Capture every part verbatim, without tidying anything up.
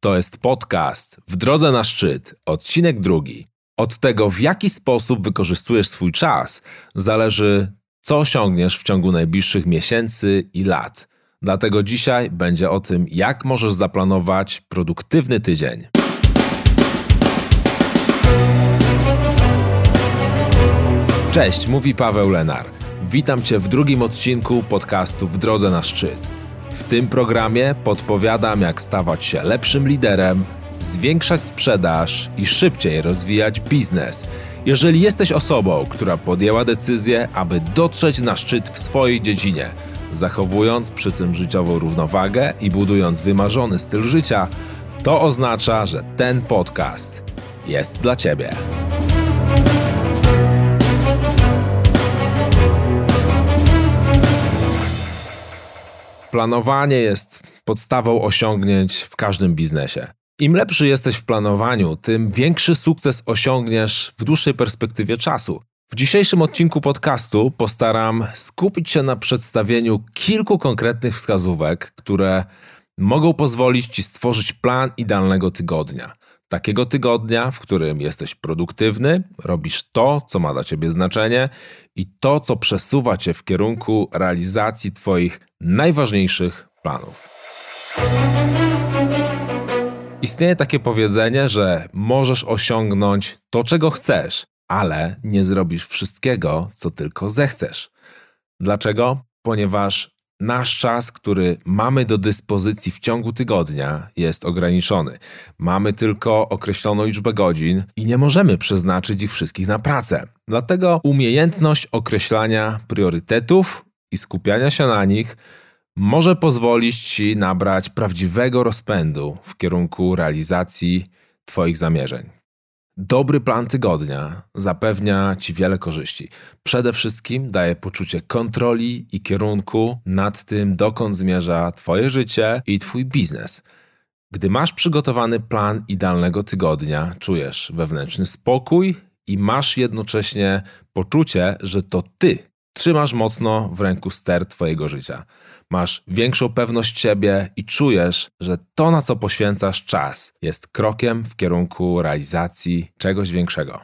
To jest podcast W drodze na szczyt, odcinek drugi. Od tego, w jaki sposób wykorzystujesz swój czas, zależy, co osiągniesz w ciągu najbliższych miesięcy i lat. Dlatego dzisiaj będzie o tym, jak możesz zaplanować produktywny tydzień. Cześć, mówi Paweł Lenar. Witam Cię w drugim odcinku podcastu W drodze na szczyt. W tym programie podpowiadam, jak stawać się lepszym liderem, zwiększać sprzedaż i szybciej rozwijać biznes. Jeżeli jesteś osobą, która podjęła decyzję, aby dotrzeć na szczyt w swojej dziedzinie, zachowując przy tym życiową równowagę i budując wymarzony styl życia, to oznacza, że ten podcast jest dla Ciebie. Planowanie jest podstawą osiągnięć w każdym biznesie. Im lepszy jesteś w planowaniu, tym większy sukces osiągniesz w dłuższej perspektywie czasu. W dzisiejszym odcinku podcastu postaram skupić się na przedstawieniu kilku konkretnych wskazówek, które mogą pozwolić Ci stworzyć plan idealnego tygodnia. Takiego tygodnia, w którym jesteś produktywny, robisz to, co ma dla Ciebie znaczenie i to, co przesuwa Cię w kierunku realizacji Twoich najważniejszych planów. Istnieje takie powiedzenie, że możesz osiągnąć to, czego chcesz, ale nie zrobisz wszystkiego, co tylko zechcesz. Dlaczego? Ponieważ nasz czas, który mamy do dyspozycji w ciągu tygodnia, jest ograniczony. Mamy tylko określoną liczbę godzin i nie możemy przeznaczyć ich wszystkich na pracę. Dlatego umiejętność określania priorytetów i skupiania się na nich może pozwolić Ci nabrać prawdziwego rozpędu w kierunku realizacji Twoich zamierzeń. Dobry plan tygodnia zapewnia Ci wiele korzyści. Przede wszystkim daje poczucie kontroli i kierunku nad tym, dokąd zmierza Twoje życie i Twój biznes. Gdy masz przygotowany plan idealnego tygodnia, czujesz wewnętrzny spokój i masz jednocześnie poczucie, że to Ty trzymasz mocno w ręku ster Twojego życia. Masz większą pewność siebie i czujesz, że to, na co poświęcasz czas, jest krokiem w kierunku realizacji czegoś większego.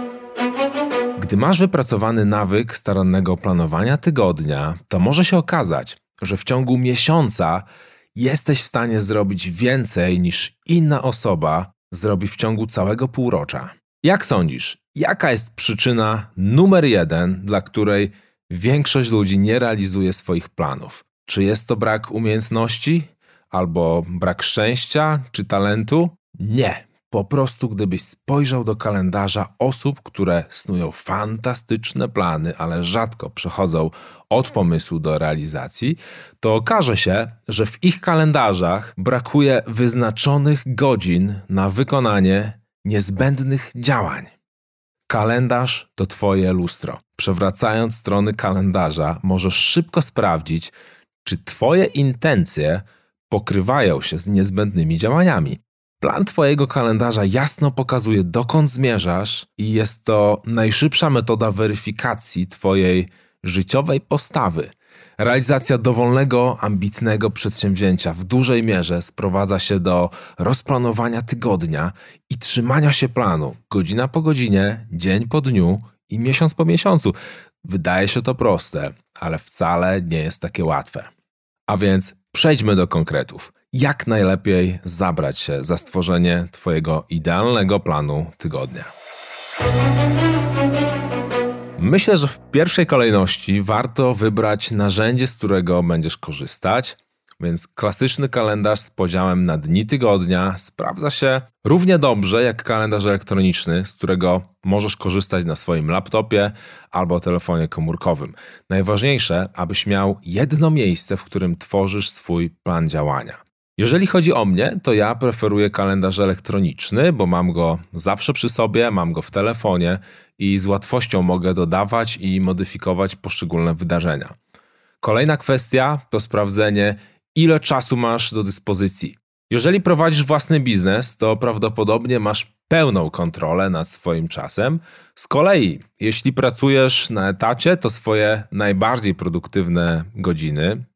Gdy masz wypracowany nawyk starannego planowania tygodnia, to może się okazać, że w ciągu miesiąca jesteś w stanie zrobić więcej niż inna osoba zrobi w ciągu całego półrocza. Jak sądzisz, jaka jest przyczyna numer jeden, dla której większość ludzi nie realizuje swoich planów? Czy jest to brak umiejętności? Albo brak szczęścia? Czy talentu? Nie. Po prostu gdybyś spojrzał do kalendarza osób, które snują fantastyczne plany, ale rzadko przechodzą od pomysłu do realizacji, to okaże się, że w ich kalendarzach brakuje wyznaczonych godzin na wykonanie niezbędnych działań. Kalendarz to Twoje lustro. Przewracając strony kalendarza, możesz szybko sprawdzić, czy Twoje intencje pokrywają się z niezbędnymi działaniami. Plan Twojego kalendarza jasno pokazuje, dokąd zmierzasz i jest to najszybsza metoda weryfikacji Twojej życiowej postawy. Realizacja dowolnego, ambitnego przedsięwzięcia w dużej mierze sprowadza się do rozplanowania tygodnia i trzymania się planu godzina po godzinie, dzień po dniu i miesiąc po miesiącu. Wydaje się to proste, ale wcale nie jest takie łatwe. A więc przejdźmy do konkretów. Jak najlepiej zabrać się za stworzenie Twojego idealnego planu tygodnia? Myślę, że w pierwszej kolejności warto wybrać narzędzie, z którego będziesz korzystać, więc klasyczny kalendarz z podziałem na dni tygodnia sprawdza się równie dobrze jak kalendarz elektroniczny, z którego możesz korzystać na swoim laptopie albo telefonie komórkowym. Najważniejsze, abyś miał jedno miejsce, w którym tworzysz swój plan działania. Jeżeli chodzi o mnie, to ja preferuję kalendarz elektroniczny, bo mam go zawsze przy sobie, mam go w telefonie i z łatwością mogę dodawać i modyfikować poszczególne wydarzenia. Kolejna kwestia to sprawdzenie, ile czasu masz do dyspozycji. Jeżeli prowadzisz własny biznes, to prawdopodobnie masz pełną kontrolę nad swoim czasem. Z kolei, jeśli pracujesz na etacie, to swoje najbardziej produktywne godziny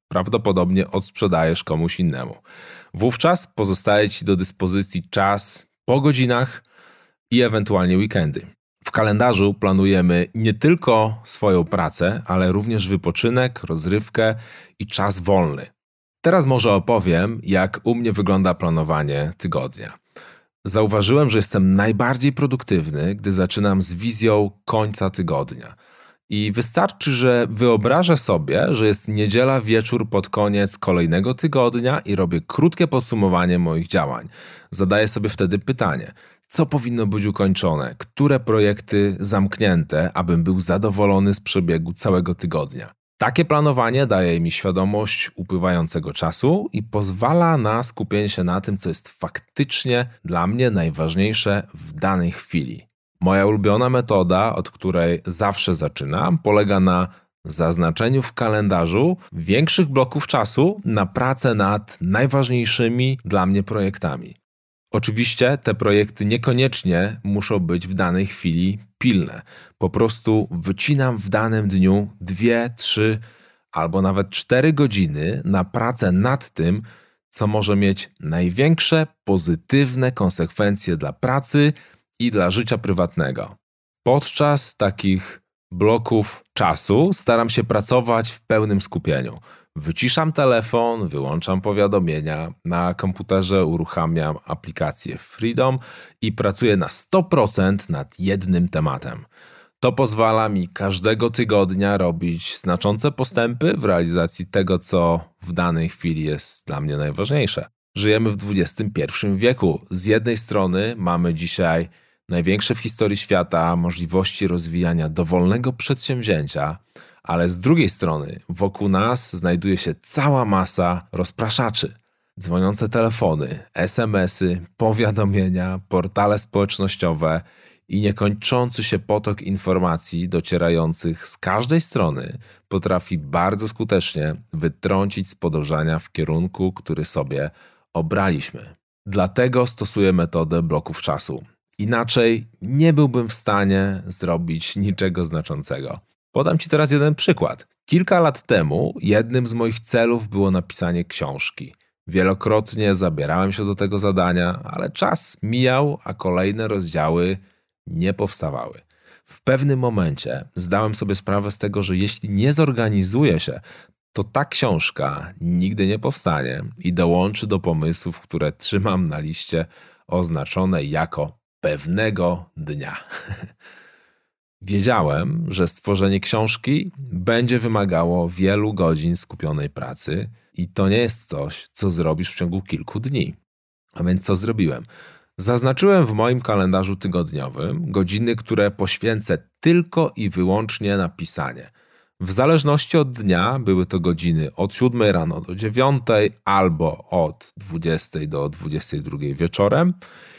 prawdopodobnie odsprzedajesz komuś innemu. Wówczas pozostaje Ci do dyspozycji czas po godzinach i ewentualnie weekendy. W kalendarzu planujemy nie tylko swoją pracę, ale również wypoczynek, rozrywkę i czas wolny. Teraz może opowiem, jak u mnie wygląda planowanie tygodnia. Zauważyłem, że jestem najbardziej produktywny, gdy zaczynam z wizją końca tygodnia. I wystarczy, że wyobrażę sobie, że jest niedziela wieczór pod koniec kolejnego tygodnia i robię krótkie podsumowanie moich działań. Zadaję sobie wtedy pytanie, co powinno być ukończone, które projekty zamknięte, abym był zadowolony z przebiegu całego tygodnia. Takie planowanie daje mi świadomość upływającego czasu i pozwala na skupienie się na tym, co jest faktycznie dla mnie najważniejsze w danej chwili. Moja ulubiona metoda, od której zawsze zaczynam, polega na zaznaczeniu w kalendarzu większych bloków czasu na pracę nad najważniejszymi dla mnie projektami. Oczywiście te projekty niekoniecznie muszą być w danej chwili pilne. Po prostu wycinam w danym dniu dwie, trzy albo nawet cztery godziny na pracę nad tym, co może mieć największe pozytywne konsekwencje dla pracy i dla życia prywatnego. Podczas takich bloków czasu staram się pracować w pełnym skupieniu. Wyciszam telefon, wyłączam powiadomienia, na komputerze uruchamiam aplikację Freedom i pracuję na sto procent nad jednym tematem. To pozwala mi każdego tygodnia robić znaczące postępy w realizacji tego, co w danej chwili jest dla mnie najważniejsze. Żyjemy w dwudziestym pierwszym wieku. Z jednej strony mamy dzisiaj największe w historii świata możliwości rozwijania dowolnego przedsięwzięcia, ale z drugiej strony wokół nas znajduje się cała masa rozpraszaczy. Dzwoniące telefony, es em esy, powiadomienia, portale społecznościowe i niekończący się potok informacji docierających z każdej strony potrafi bardzo skutecznie wytrącić z podążania w kierunku, który sobie obraliśmy. Dlatego stosuję metodę bloków czasu. Inaczej nie byłbym w stanie zrobić niczego znaczącego. Podam Ci teraz jeden przykład. Kilka lat temu jednym z moich celów było napisanie książki. Wielokrotnie zabierałem się do tego zadania, ale czas mijał, a kolejne rozdziały nie powstawały. W pewnym momencie zdałem sobie sprawę z tego, że jeśli nie zorganizuję się, to ta książka nigdy nie powstanie i dołączy do pomysłów, które trzymam na liście oznaczonej jako pewnego dnia. Wiedziałem, że stworzenie książki będzie wymagało wielu godzin skupionej pracy i to nie jest coś, co zrobisz w ciągu kilku dni. A więc co zrobiłem? Zaznaczyłem w moim kalendarzu tygodniowym godziny, które poświęcę tylko i wyłącznie na pisanie. W zależności od dnia były to godziny od siódmej rano do dziewiątej albo od dwudziestej do dwudziestej drugiej wieczorem.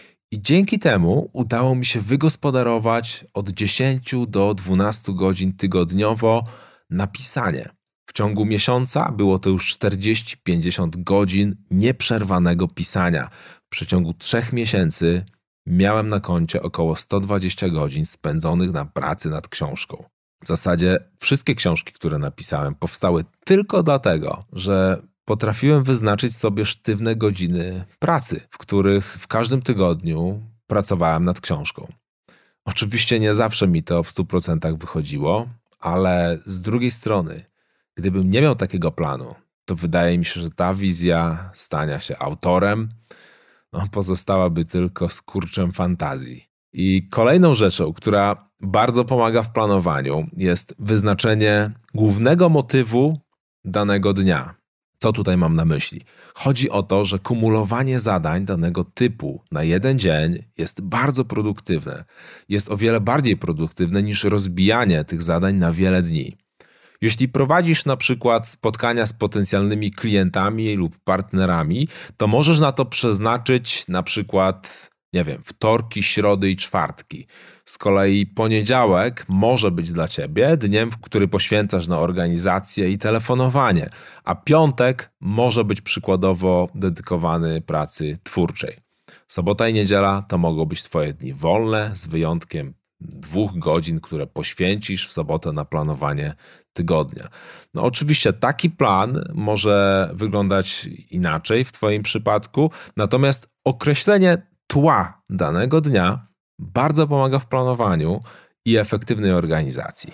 I dzięki temu udało mi się wygospodarować od dziesięciu do dwunastu godzin tygodniowo na pisanie. W ciągu miesiąca było to już czterdzieści do pięćdziesięciu godzin nieprzerwanego pisania. W przeciągu trzech miesięcy miałem na koncie około sto dwadzieścia godzin spędzonych na pracy nad książką. W zasadzie wszystkie książki, które napisałem, powstały tylko dlatego, że potrafiłem wyznaczyć sobie sztywne godziny pracy, w których w każdym tygodniu pracowałem nad książką. Oczywiście nie zawsze mi to w stu procentach wychodziło, ale z drugiej strony, gdybym nie miał takiego planu, to wydaje mi się, że ta wizja stania się autorem no, pozostałaby tylko skurczem fantazji. I kolejną rzeczą, która bardzo pomaga w planowaniu, jest wyznaczenie głównego motywu danego dnia. Co tutaj mam na myśli? Chodzi o to, że kumulowanie zadań danego typu na jeden dzień jest bardzo produktywne. Jest o wiele bardziej produktywne niż rozbijanie tych zadań na wiele dni. Jeśli prowadzisz na przykład spotkania z potencjalnymi klientami lub partnerami, to możesz na to przeznaczyć na przykład, nie wiem, wtorki, środy i czwartki. Z kolei poniedziałek może być dla Ciebie dniem, w który poświęcasz na organizację i telefonowanie, a piątek może być przykładowo dedykowany pracy twórczej. Sobota i niedziela to mogą być Twoje dni wolne, z wyjątkiem dwóch godzin, które poświęcisz w sobotę na planowanie tygodnia. No oczywiście taki plan może wyglądać inaczej w Twoim przypadku, natomiast określenie tła danego dnia bardzo pomaga w planowaniu i efektywnej organizacji.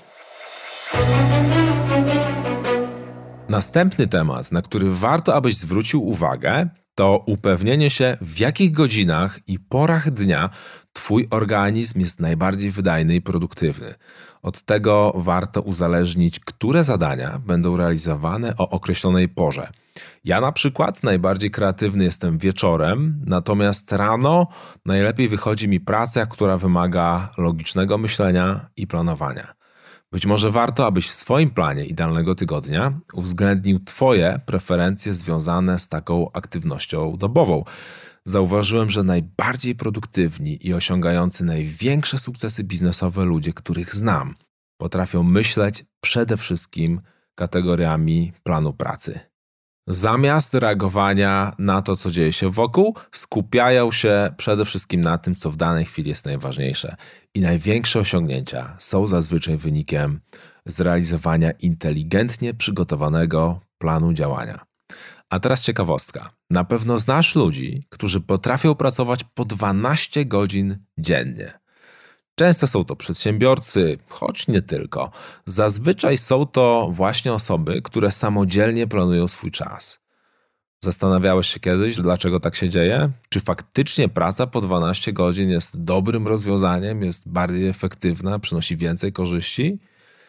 Następny temat, na który warto, abyś zwrócił uwagę, to upewnienie się, w jakich godzinach i porach dnia Twój organizm jest najbardziej wydajny i produktywny. Od tego warto uzależnić, które zadania będą realizowane o określonej porze. Ja na przykład najbardziej kreatywny jestem wieczorem, natomiast rano najlepiej wychodzi mi praca, która wymaga logicznego myślenia i planowania. Być może warto, abyś w swoim planie idealnego tygodnia uwzględnił Twoje preferencje związane z taką aktywnością dobową. Zauważyłem, że najbardziej produktywni i osiągający największe sukcesy biznesowe ludzie, których znam, potrafią myśleć przede wszystkim kategoriami planu pracy. Zamiast reagowania na to, co dzieje się wokół, skupiają się przede wszystkim na tym, co w danej chwili jest najważniejsze. I największe osiągnięcia są zazwyczaj wynikiem zrealizowania inteligentnie przygotowanego planu działania. A teraz ciekawostka. Na pewno znasz ludzi, którzy potrafią pracować po dwanaście godzin dziennie. Często są to przedsiębiorcy, choć nie tylko. Zazwyczaj są to właśnie osoby, które samodzielnie planują swój czas. Zastanawiałeś się kiedyś, dlaczego tak się dzieje? Czy faktycznie praca po dwanaście godzin jest dobrym rozwiązaniem, jest bardziej efektywna, przynosi więcej korzyści?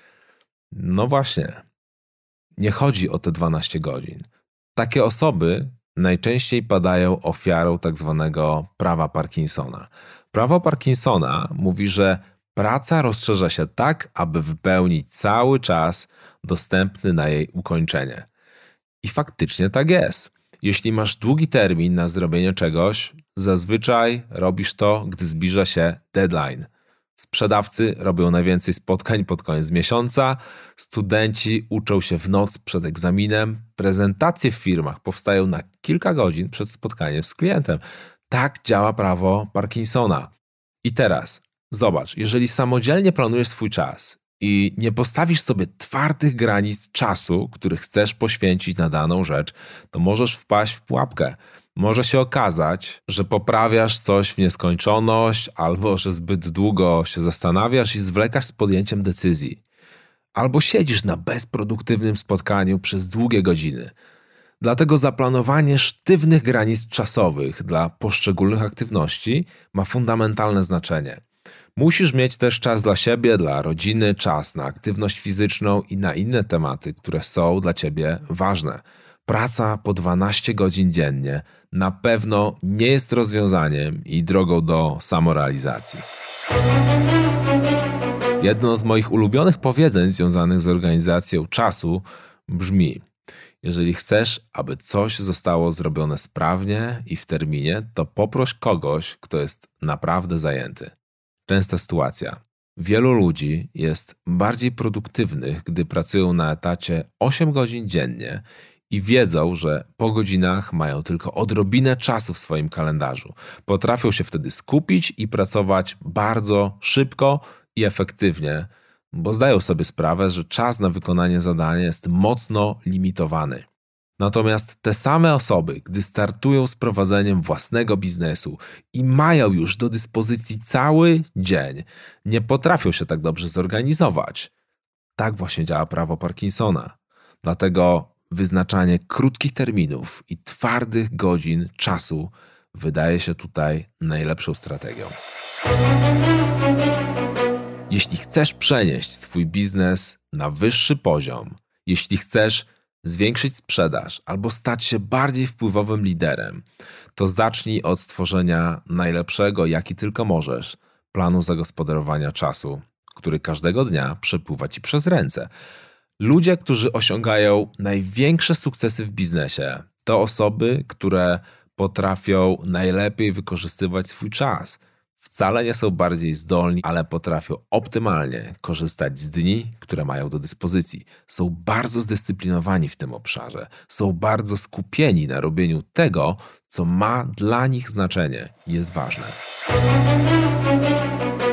No właśnie. Nie chodzi o te dwanaście godzin. Takie osoby najczęściej padają ofiarą tak zwanego prawa Parkinsona. Prawo Parkinsona mówi, że praca rozszerza się tak, aby wypełnić cały czas dostępny na jej ukończenie. I faktycznie tak jest. Jeśli masz długi termin na zrobienie czegoś, zazwyczaj robisz to, gdy zbliża się deadline. Sprzedawcy robią najwięcej spotkań pod koniec miesiąca, studenci uczą się w noc przed egzaminem, prezentacje w firmach powstają na kilka godzin przed spotkaniem z klientem. Tak działa prawo Parkinsona. I teraz zobacz, jeżeli samodzielnie planujesz swój czas i nie postawisz sobie twardych granic czasu, który chcesz poświęcić na daną rzecz, to możesz wpaść w pułapkę. Może się okazać, że poprawiasz coś w nieskończoność, albo że zbyt długo się zastanawiasz i zwlekasz z podjęciem decyzji. Albo siedzisz na bezproduktywnym spotkaniu przez długie godziny. Dlatego zaplanowanie sztywnych granic czasowych dla poszczególnych aktywności ma fundamentalne znaczenie. Musisz mieć też czas dla siebie, dla rodziny, czas na aktywność fizyczną i na inne tematy, które są dla Ciebie ważne. Praca po dwanaście godzin dziennie na pewno nie jest rozwiązaniem i drogą do samorealizacji. Jedno z moich ulubionych powiedzeń związanych z organizacją czasu brzmi: jeżeli chcesz, aby coś zostało zrobione sprawnie i w terminie, to poproś kogoś, kto jest naprawdę zajęty. Częsta sytuacja. Wielu ludzi jest bardziej produktywnych, gdy pracują na etacie osiem godzin dziennie i wiedzą, że po godzinach mają tylko odrobinę czasu w swoim kalendarzu. Potrafią się wtedy skupić i pracować bardzo szybko i efektywnie, bo zdają sobie sprawę, że czas na wykonanie zadania jest mocno limitowany. Natomiast te same osoby, gdy startują z prowadzeniem własnego biznesu i mają już do dyspozycji cały dzień, nie potrafią się tak dobrze zorganizować. Tak właśnie działa prawo Parkinsona. Dlatego wyznaczanie krótkich terminów i twardych godzin czasu wydaje się tutaj najlepszą strategią. Jeśli chcesz przenieść swój biznes na wyższy poziom, jeśli chcesz zwiększyć sprzedaż albo stać się bardziej wpływowym liderem, to zacznij od stworzenia najlepszego, jaki tylko możesz, planu zagospodarowania czasu, który każdego dnia przepływa Ci przez ręce. Ludzie, którzy osiągają największe sukcesy w biznesie, to osoby, które potrafią najlepiej wykorzystywać swój czas. Wcale nie są bardziej zdolni, ale potrafią optymalnie korzystać z dni, które mają do dyspozycji. Są bardzo zdyscyplinowani w tym obszarze. Są bardzo skupieni na robieniu tego, co ma dla nich znaczenie i jest ważne.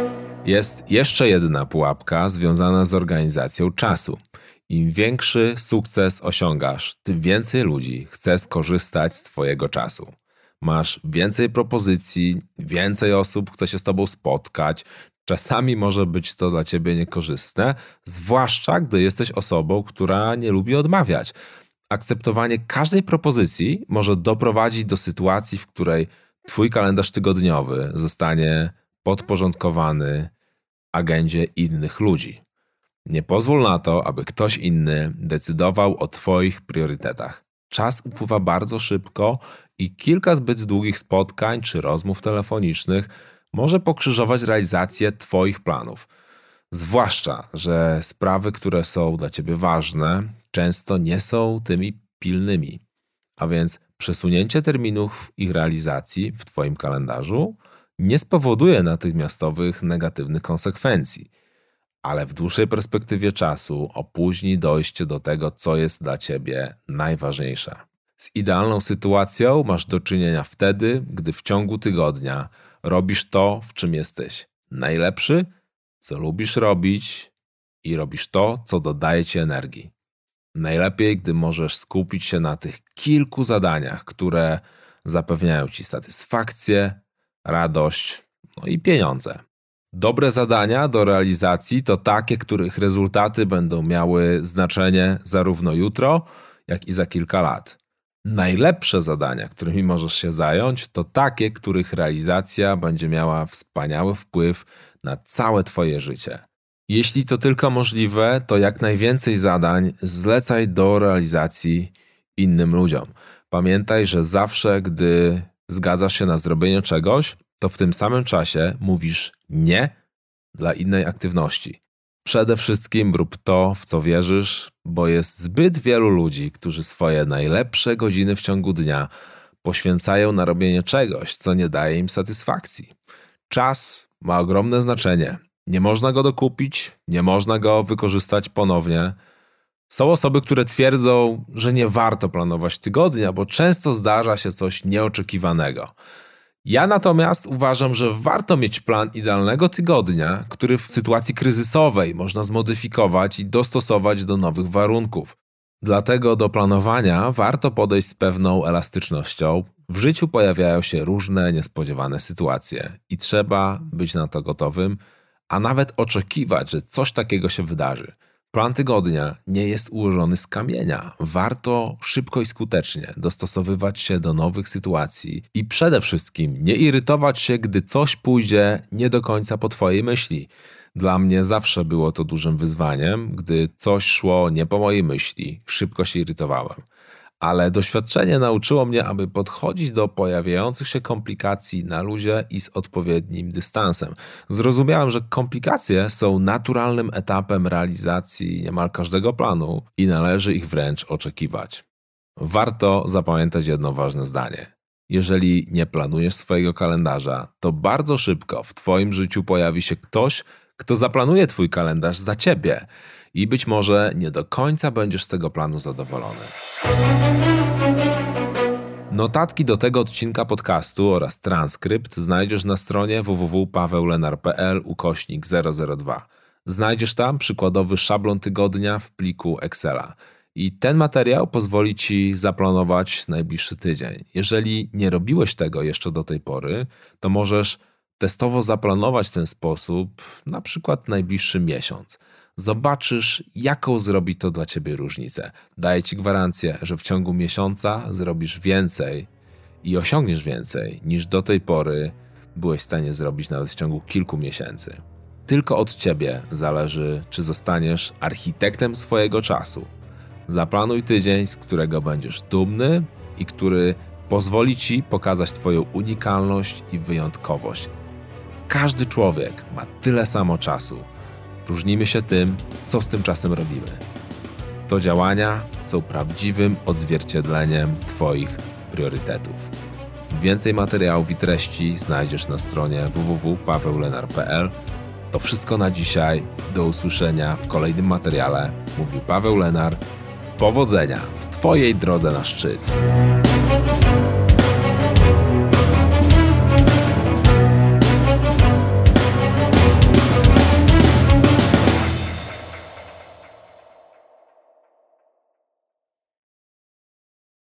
Jest jeszcze jedna pułapka związana z organizacją czasu. Im większy sukces osiągasz, tym więcej ludzi chce skorzystać z twojego czasu. Masz więcej propozycji, więcej osób chce się z tobą spotkać. Czasami może być to dla ciebie niekorzystne, zwłaszcza gdy jesteś osobą, która nie lubi odmawiać. Akceptowanie każdej propozycji może doprowadzić do sytuacji, w której twój kalendarz tygodniowy zostanie podporządkowany agendzie innych ludzi. Nie pozwól na to, aby ktoś inny decydował o twoich priorytetach. Czas upływa bardzo szybko i kilka zbyt długich spotkań czy rozmów telefonicznych może pokrzyżować realizację twoich planów. Zwłaszcza, że sprawy, które są dla ciebie ważne, często nie są tymi pilnymi. A więc przesunięcie terminów ich realizacji w twoim kalendarzu nie spowoduje natychmiastowych negatywnych konsekwencji, ale w dłuższej perspektywie czasu opóźni dojście do tego, co jest dla ciebie najważniejsze. Z idealną sytuacją masz do czynienia wtedy, gdy w ciągu tygodnia robisz to, w czym jesteś najlepszy, co lubisz robić i robisz to, co dodaje ci energii. Najlepiej, gdy możesz skupić się na tych kilku zadaniach, które zapewniają ci satysfakcję, radość, no i pieniądze. Dobre zadania do realizacji to takie, których rezultaty będą miały znaczenie zarówno jutro, jak i za kilka lat. Najlepsze zadania, którymi możesz się zająć, to takie, których realizacja będzie miała wspaniały wpływ na całe twoje życie. Jeśli to tylko możliwe, to jak najwięcej zadań zlecaj do realizacji innym ludziom. Pamiętaj, że zawsze, gdy zgadzasz się na zrobienie czegoś, to w tym samym czasie mówisz nie dla innej aktywności. Przede wszystkim rób to, w co wierzysz, bo jest zbyt wielu ludzi, którzy swoje najlepsze godziny w ciągu dnia poświęcają na robienie czegoś, co nie daje im satysfakcji. Czas ma ogromne znaczenie. Nie można go dokupić, nie można go wykorzystać ponownie. Są osoby, które twierdzą, że nie warto planować tygodnia, bo często zdarza się coś nieoczekiwanego. Ja natomiast uważam, że warto mieć plan idealnego tygodnia, który w sytuacji kryzysowej można zmodyfikować i dostosować do nowych warunków. Dlatego do planowania warto podejść z pewną elastycznością. W życiu pojawiają się różne niespodziewane sytuacje i trzeba być na to gotowym, a nawet oczekiwać, że coś takiego się wydarzy. Plan tygodnia nie jest ułożony z kamienia. Warto szybko i skutecznie dostosowywać się do nowych sytuacji i przede wszystkim nie irytować się, gdy coś pójdzie nie do końca po twojej myśli. Dla mnie zawsze było to dużym wyzwaniem, gdy coś szło nie po mojej myśli. Szybko się irytowałem. Ale doświadczenie nauczyło mnie, aby podchodzić do pojawiających się komplikacji na luzie i z odpowiednim dystansem. Zrozumiałem, że komplikacje są naturalnym etapem realizacji niemal każdego planu i należy ich wręcz oczekiwać. Warto zapamiętać jedno ważne zdanie. Jeżeli nie planujesz swojego kalendarza, to bardzo szybko w twoim życiu pojawi się ktoś, kto zaplanuje twój kalendarz za ciebie. I być może nie do końca będziesz z tego planu zadowolony. Notatki do tego odcinka podcastu oraz transkrypt znajdziesz na stronie w w w kropka paweł lenar kropka p l ukośnik zero zero dwa. Znajdziesz tam przykładowy szablon tygodnia w pliku Excela. I ten materiał pozwoli ci zaplanować najbliższy tydzień. Jeżeli nie robiłeś tego jeszcze do tej pory, to możesz testowo zaplanować w ten sposób na przykład najbliższy miesiąc. Zobaczysz, jaką zrobi to dla ciebie różnicę. Daję ci gwarancję, że w ciągu miesiąca zrobisz więcej i osiągniesz więcej, niż do tej pory byłeś w stanie zrobić nawet w ciągu kilku miesięcy. Tylko od ciebie zależy, czy zostaniesz architektem swojego czasu. Zaplanuj tydzień, z którego będziesz dumny i który pozwoli ci pokazać twoją unikalność i wyjątkowość. Każdy człowiek ma tyle samo czasu. Różnimy się tym, co z tym czasem robimy. To działania są prawdziwym odzwierciedleniem twoich priorytetów. Więcej materiałów i treści znajdziesz na stronie w w w kropka paweł lenar kropka p l. To wszystko na dzisiaj. Do usłyszenia w kolejnym materiale. Mówił Paweł Lenar. Powodzenia w twojej drodze na szczyt.